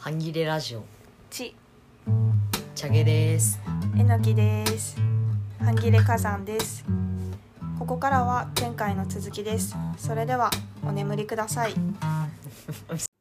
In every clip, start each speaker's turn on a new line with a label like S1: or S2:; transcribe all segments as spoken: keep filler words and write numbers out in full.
S1: 半切れラジオ
S2: ち
S1: チャゲです。
S2: えのきです。半切れ火山です。ここからは前回の続きです。それではお眠りください。なるほどね。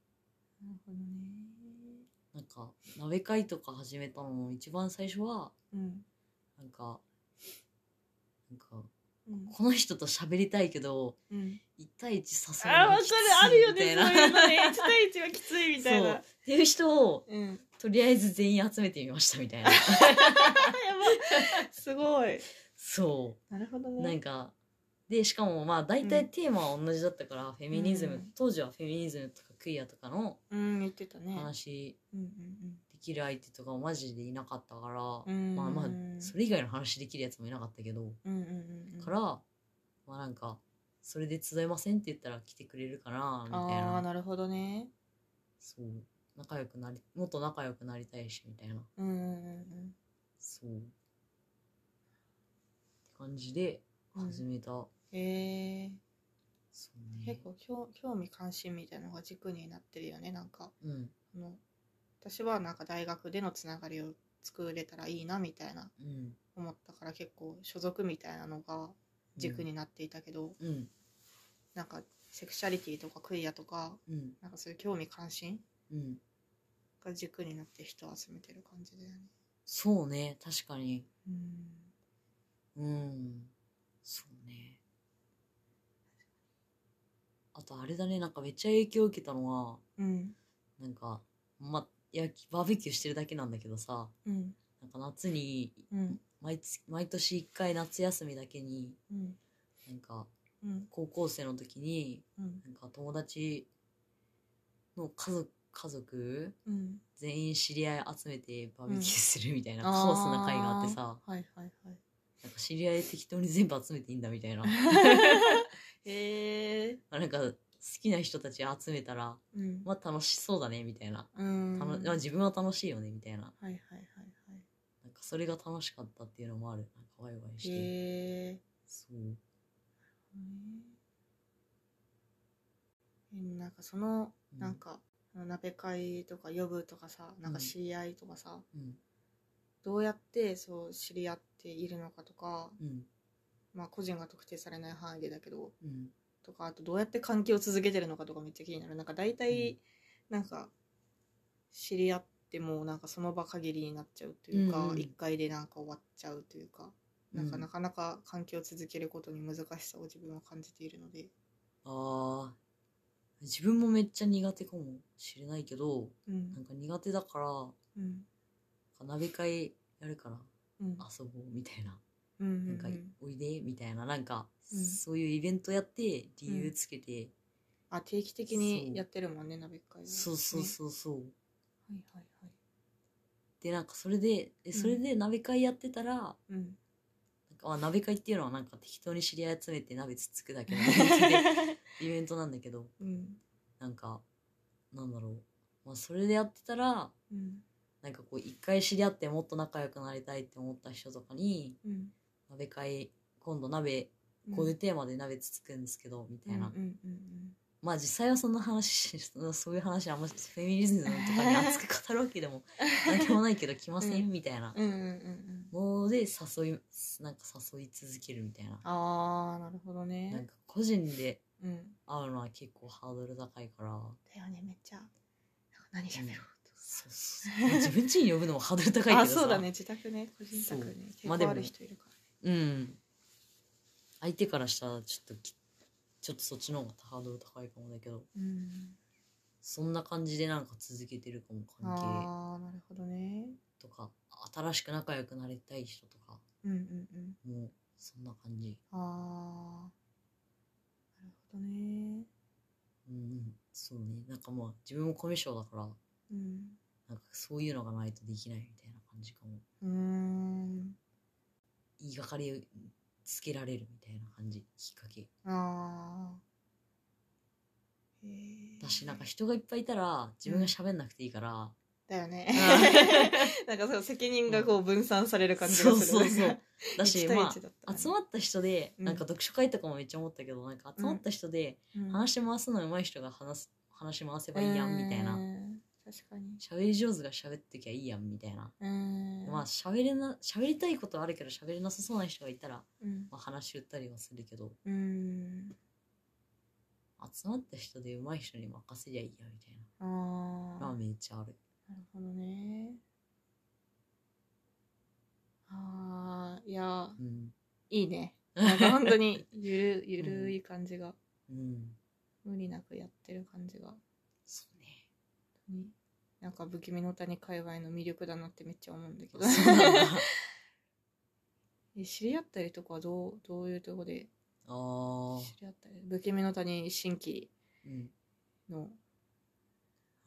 S1: なんか鍋会とか始めたのも一番最初は、
S2: うん、
S1: なんかなんか、
S2: うん、
S1: この人と喋りたいけど、
S2: うん、
S1: いち対いち誘
S2: あ、わかる、
S1: うのがきつい
S2: あるよね、
S1: みたいな。
S2: そういうのね。いち対いちはきついみたいな。
S1: そうっていう人を、
S2: うん、
S1: とりあえず全員集めてみましたみたいな。
S2: やば、すごい。
S1: そう。
S2: なるほどね。
S1: なんかでしかもまあ大体テーマは同じだったから、うん、フェミニズム、うん、当時はフェミニズムとかクイアとかの話できる相手とかもマジでいなかったから、うん、まあまあそれ以外の話できるやつもいなかったけど、うんうんうん、からまあなんかそれで集えませんって言ったら来てくれるかなみたいな。
S2: あー、なるほどね。
S1: そう仲良くなりもっと仲良くなりたいしみたいな、
S2: うんうんうん、
S1: そうって感じで始めた、うん、
S2: へえー、
S1: そうね、
S2: 結構興興味関心みたいなのが軸になってるよね。なんか、うん、あの私はなんか大学でのつながりを作れたらいいなみたいな思ったから、結構所属みたいなのが軸になっていたけど、うん、なんかセクシャリティとかクイアとか、うん、なんかそういう興味関心が軸になって人を集めてる感じだよね。
S1: そうね、確かに。うん、うん、そうね。あとあれだね、なんかめっちゃ影響を受けたのは、うん、なんかまいやバーベキューしてるだけなんだけどさ、うん、なんか夏に、うん、毎, 毎年いっかい夏休みだけに、うん、なんか、うん、高校生の時に、うん、なんか友達の家族家族、うん、全員知り合い集めてバーベキューするみたいな、うん、カオスな会があってさ、はいはいはい、なんか知り合い適当に全部集めていいんだみたいな。へえー、なんか好きな人たち集めたら、うん、まあ楽しそうだねみたいな、うん、まあ、自分は楽しいよねみたいな、はいはいはいはい、なんかそれが楽しかったっていうのもある。なんかワイワイして、へえ、そう、
S2: うん、なんかその、うん、なんか鍋会とか呼ぶとかさ、なんか知り合いとかさ、うん、どうやってそう知り合っているのかとか、うん、まあ個人が特定されない範囲でだけど、うん、とか、あとどうやって関係を続けてるのかとかめっちゃ気になる。なんか大体、なんか知り合ってもなんかその場限りになっちゃうというか、うんうん、一回でなんか終わっちゃうというか、なんかなかなか関係を続けることに難しさを自分は感じているので。
S1: ああ、自分もめっちゃ苦手かもしれないけど、うん、なんか苦手だから、うん、鍋会やるから、うん、遊ぼうみたいな、うんうんうん、なんかおいでみたいな、なんか、うん、そういうイベントやって理由つけて、うん、
S2: あ、定期的にやってるもんね、鍋会は、ね、
S1: そうそうそうそう、はい
S2: はいはい。
S1: でなんかそれでそれで鍋会やってたら、うん、なんかまあ鍋会っていうのはなんか適当に知り合い集めて鍋つつくだけのイベントでイベントなんだけど、うん、なんかなんだろう、まあ、それでやってたら、うん、なんかこう一回知り合ってもっと仲良くなりたいって思った人とかに、うん、鍋会今度鍋こういうテーマで鍋つつくんですけど、うん、みたいな、うんうんうんうん、まあ実際はそんな話そういう話あんまフェミニズムとかに熱く語るわけでも何でもないけど来ません、うん、みたいなので誘いなんか誘い続けるみたいな。
S2: あー、なるほどね。
S1: なんか個人で会うのは結構ハードル高いから、
S2: だよね、めっちゃ何喋ろうと、うん、
S1: そうそうそう、まあ、自分家に呼ぶのもハードル高いけどさ
S2: あ、そうだね、自宅ね、個人宅ね、結構ある人いるからね、
S1: まあ、うん相手からしたらちょっとちょっとそっちの方がハードル高いかもだけど、うん、そんな感じでなんか続けてるかも関係。
S2: あー、なるほどね。
S1: とか新しく仲良くなりたい人とか、うんうんうん、もうそんな感じ。
S2: あー、なるほどね。
S1: うん、そうね、なんかまあ自分もコミュ障だから、うん、なんかそういうのがないとできないみたいな感じかも。うーん、言いがかりつけられるみたいな感じ、きっかけ。あー、へー。だしなんか人がいっぱいいたら自分が喋んなくていいから、うん、
S2: だよね。なんかそう責任がこう分散される感じがする、うん、
S1: そうそうそうだしだ、ね、まあ集まった人で、うん、なんか読書会とかもめっちゃ思ったけど、なんか集まった人で話し回すの上手い人が話す話し回せばいいやんみたいな、
S2: うん、 確かに
S1: 喋り上手が喋ってきゃいいやんみたいな。
S2: うん。
S1: まあ喋れな喋りたいことあるけど喋れなさそうな人がいたら、
S2: うん、
S1: まあ、話し打ったりはするけど、
S2: うん、
S1: 集まった人で上手い人に任せりゃいいやみたいな。
S2: あ
S1: まあめっちゃある。
S2: なるほどね。ああ、いや、うん、いいね。なんか本当にゆるゆるい感じが、うん、無理なくやってる感じが。
S1: そうね。
S2: になんか不気味の谷界隈の魅力だなってめっちゃ思うんだけど。知り合ったりとかはどうどういうとこで
S1: あ
S2: 知り合ったり、不気味の谷新規の、うん、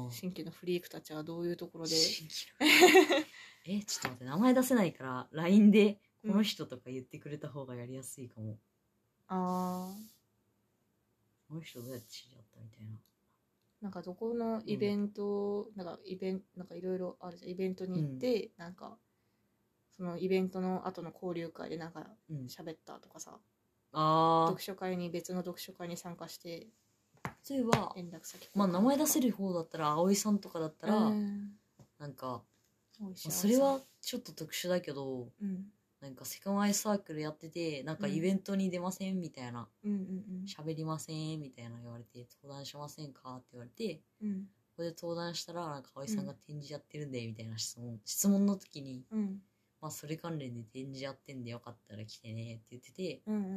S2: 新規のフリークたちはどういうところで
S1: えちょっと待って、名前出せないから ライン でこの人とか言ってくれた方がやりやすいかも、うん、ああこの人どうやって知り合ったみたいな。
S2: なんかどこのイベント、うん、なんかイベンなんかいろいろあるじゃん。イベントに行って、うん、なんかそのイベントの後の交流会でなんか喋ったとかさ、うん、あ読書会に別の読書会に参加して
S1: そういえば連絡先まあ名前出せる方だったら葵さんとかだったら、うん、なんか、まあ、それはちょっと特殊だけど、うん、なんかセカマイサークルやっててなんかイベントに出ませんみたいな、うんうんうん、喋りませんみたいな言われて登壇しませんかって言われて、うん、ここで登壇したらなんか葵さんが展示やってるんでみたいな質問、質問の時に、うんまあ、それ関連で展示やってんでよかったら来てねって言ってて、うんうんうんうん、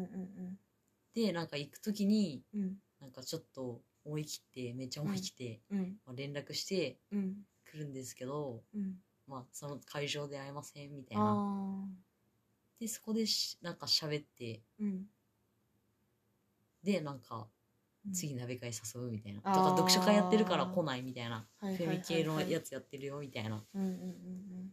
S1: でなんか行く時に、うん、なんかちょっと思い切ってめっちゃ思い切って、うんまあ、連絡して来るんですけど、うんまあ、その会場で会えませんみたいな。でそこでしなんか喋って、うん、でなんか次鍋会誘うみたいな、うん、とか読書会やってるから来ないみたいな、フェミ系のやつやってるよみたいな、うんうんうんうん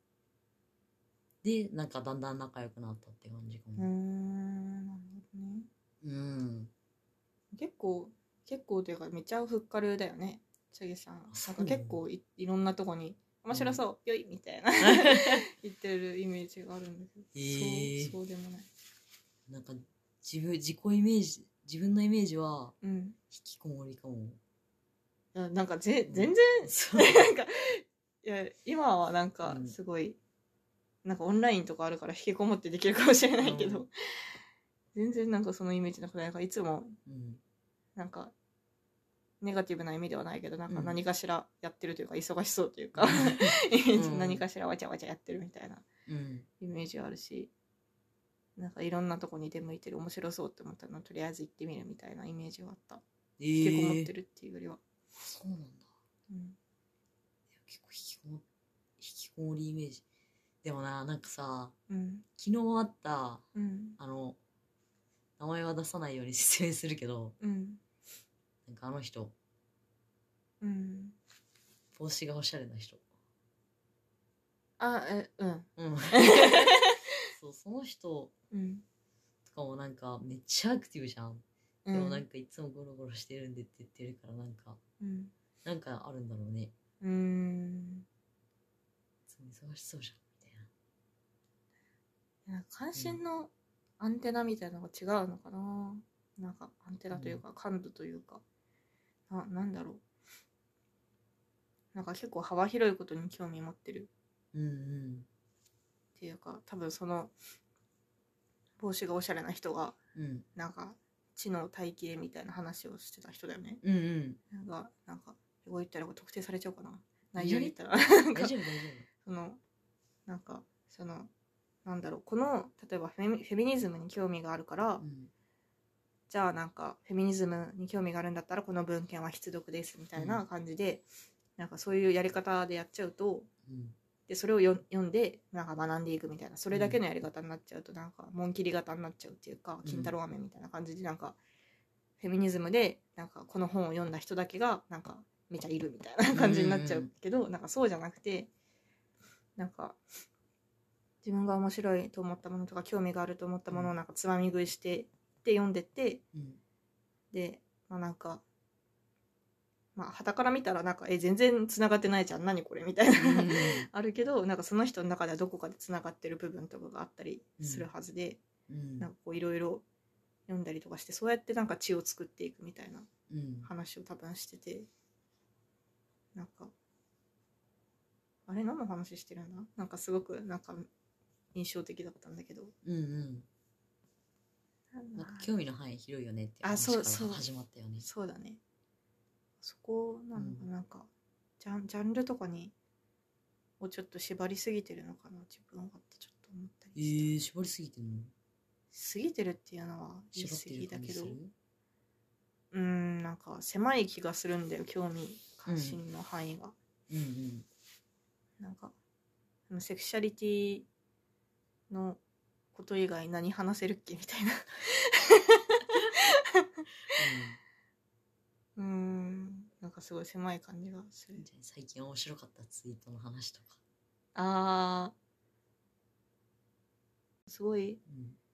S1: でなんかだんだん仲良くなったって感じかも。うーんなるほどね。
S2: うん結構結構というかめっちゃふっかるだよねチャゲさん。なんか結構 い, いろんなとこに面白そう、うん、よいみたいな言ってるイメージがあるんだけど、えー、そうそうでもない。
S1: なんか自分自己イメージ自分のイメージは引きこもりかも。
S2: うん、なんかぜ全然、うん、なんかいや今はなんかすごい、うんなんかオンラインとかあるから引きこもってできるかもしれないけど、うん、全然なんかそのイメージなくないか。いつもなんかネガティブな意味ではないけどなんか何かしらやってるというか忙しそうというか、うん、何かしらわちゃわちゃやってるみたいなイメージあるし、なんかいろんなとこに出向いてる面白そうって思ったのとりあえず行ってみるみたいなイメージがあった、えー、引きこもってるっていうよりは。
S1: そうなんだ、うん、結構引きこも引きこもりイメージでもな、なんかさ、うん、昨日あった、うん、あの名前は出さないように説明するけど、うん、なんかあの人、うん、帽子がおしゃれな人。
S2: あ、え、うん。うん、
S1: そう、その人とかもなんかめっちゃアクティブじゃん。うん、でもなんかいつもゴロゴロしてるんでって言ってるからなんか、うん、なんかあるんだろうね。うーん。いつも忙しそうじゃん。
S2: 関心のアンテナみたいなのが違うのかな、うん、なんかアンテナというか感度というか、うん、な, なんだろうなんか結構幅広いことに興味持ってる、うんうん、っていうか多分その帽子がおしゃれな人が、うん、なんか知の体系みたいな話をしてた人だよね、うんうん、なんかなんかこう言ったら特定されちゃうかな内容言ったら大丈夫大丈夫そのなんかそのなんだろうこの例えばフェミ、フェミニズムに興味があるから、うん、じゃあなんかフェミニズムに興味があるんだったらこの文献は必読ですみたいな感じで、うん、なんかそういうやり方でやっちゃうと、うん、でそれをよ読んでなんか学んでいくみたいなそれだけのやり方になっちゃうとなんか紋切り型になっちゃうっていうか、金太郎飴みたいな感じでなんかフェミニズムでなんかこの本を読んだ人だけがなんかめちゃいるみたいな感じになっちゃうけど、うん、なんかそうじゃなくてなんか自分が面白いと思ったものとか興味があると思ったものをなんかつまみ食いしてで読んでって、うん、でまあなんかまあ傍から見たらなんかえ全然つながってないじゃん何これみたいな、うん、あるけどなんかその人の中ではどこかでつながってる部分とかがあったりするはずで、うん、なんかこういろいろ読んだりとかしてそうやってなんか血を作っていくみたいな話を多分してて、なあれ何の話してるんだ。なんかすごくなんか印象的だったんだけど。
S1: うんうん。なんか興味の範囲広いよねっていう話から始まったよね。
S2: そうだね。そこなのか、うん、なんかジャン、ジャンルとかにをちょっと縛りすぎてるのかな自分はってちょっと思ったりして。
S1: えー、縛りすぎてんの？
S2: 過ぎてるっていうのは言い過ぎだけど、うーんなんか狭い気がするんだよ、興味関心の範囲が。
S1: うんうんうん、
S2: なんかセクシャリティのこと以外何話せるっけみたいなうん、うーんなんかすごい狭い感じがする。
S1: 最近面白かったツイートの話とか。
S2: あーすごい、うん、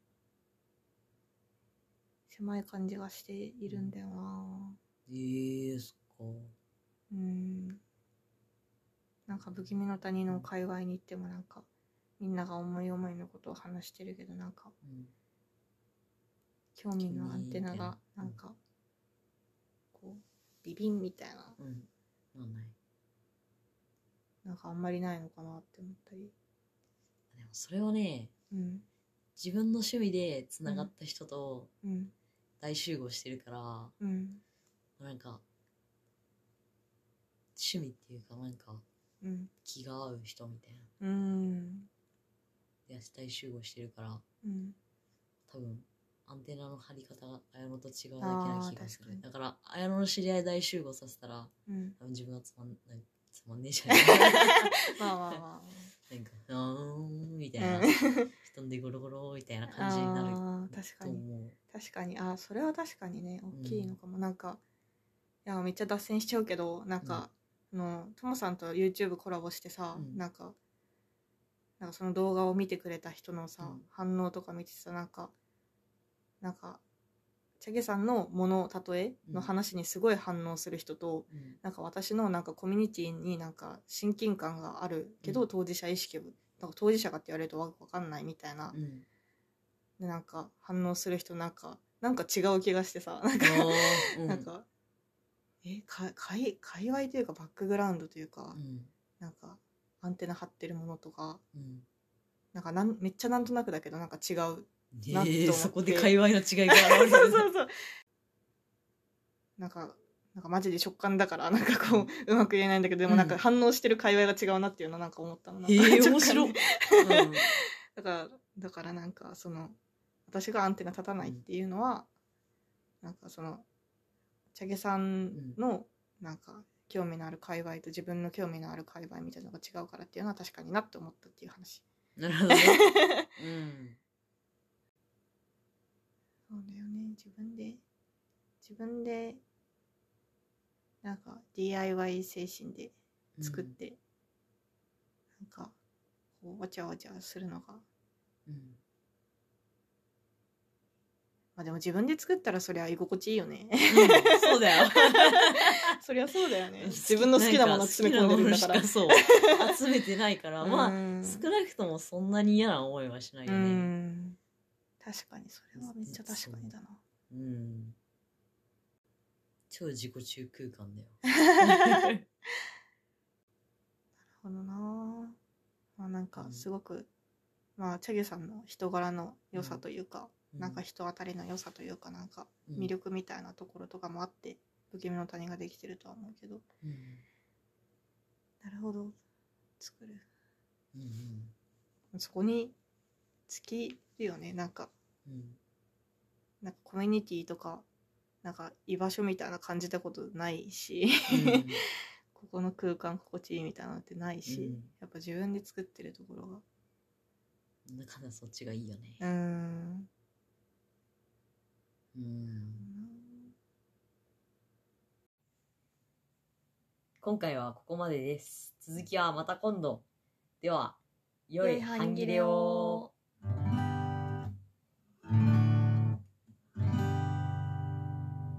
S2: 狭い感じがしているんだよな。
S1: えー、そっか。
S2: うんなんか不気味の谷の界隈に行ってもなんかみんなが思い思いのことを話してるけど、なんか、うん、興味のアンテナがなんかこうビビンみたいな、うん、なんないなんかあんまりないのかなって思ったり。
S1: でもそれはね、うん、自分の趣味でつながった人と大集合してるから、うん、なんか趣味っていうかなんか、うん、気が合う人みたいな、うん、で大集合してるから、うん、多分アンテナの張り方が綾野と違うだけな気がする。だから綾野の知り合い大集合させたら、うん、多分自分はつまんないつまんねえじゃないまあまあまあなんかうーんみたいな、うん、布団でゴロゴロみたいな感じになる
S2: 確かに確かにあそれは確かにね大きいのかも、うん、なんかいやめっちゃ脱線しちゃうけどなんか、うん、のともさんと YouTube コラボしてさ、うん、なんかなんかその動画を見てくれた人のさ、うん、反応とか見てさなんかなんかチャゲさんのもの例えの話にすごい反応する人と、うん、なんか私のなんかコミュニティになんか親近感があるけど、うん、当事者意識をなんか当事者がって言われると分かんないみたいな、うん、でなんか反応する人なんかなんか違う気がしてさなんか、うん、なんかえかかい界隈というかバックグラウンドというか、うん、なんかアンテナ張ってるものとか、うん、なんかなんめっちゃなんとなくだけどなんか違う。
S1: えー、そこで界隈の違いが現れる
S2: そうそうそうなんかなんかマジで直感だからなんかこう、うん、うまく言えないんだけどでもなんか反応してる界隈が違うなっていうのなんか思ったの。
S1: へえー、面白い、うん、
S2: だからだからなんかその私がアンテナ立たないっていうのは、うん、なんかそのチャゲさんのなんか興味のある界隈と自分の興味のある界隈みたいなのが違うからっていうのは確かになって思ったっていう話。
S1: なるほどね、うん
S2: そうだよね自分で自分でなんか ディーアイワイ 精神で作って、うん、なんかこうわちゃわちゃするのが、うん、まあでも自分で作ったらそりゃ居心地いいよね、
S1: うん、そうだよ
S2: そりゃそうだよね自分の好きなもの詰め込んでるんだから
S1: そう集めてないからまあ少なくともそんなに嫌な思いはしないよね。うん
S2: 確かにそれはめっちゃ確かにだな。
S1: うん。超自己中空間だよ。なる
S2: ほどな。まあなんかすごく、うん、まあチャゲさんの人柄の良さというか、うん、なんか人当たりの良さというかなんか魅力みたいなところとかもあって、不気味の谷ができてるとは思うけど。うん、なるほど。作る。うんうん、そこに尽きるよねなんか。うん、なんかコミュニティとかなんか居場所みたいな感じたことないし、うん、ここの空間心地いいみたいなのってないし、うん、やっぱ自分で作ってるところが
S1: だからそっちがいいよね。
S2: うーん
S1: うーん今回はここまでです。続きはまた今度。では良い半切れを。